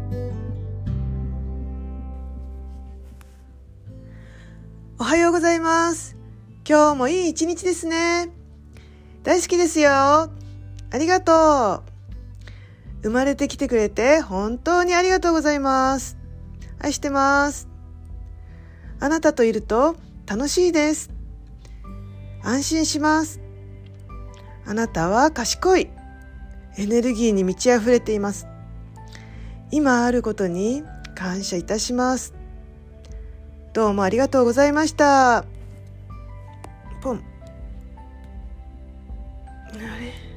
おはようございます。今日もいい一日ですね。大好きですよ。ありがとう。生まれてきてくれて本当にありがとうございます。愛してます。あなたといると楽しいです。安心します。あなたは賢い。エネルギーに満ち溢れています。今あることに感謝いたします。どうもありがとうございました。ポン。あれ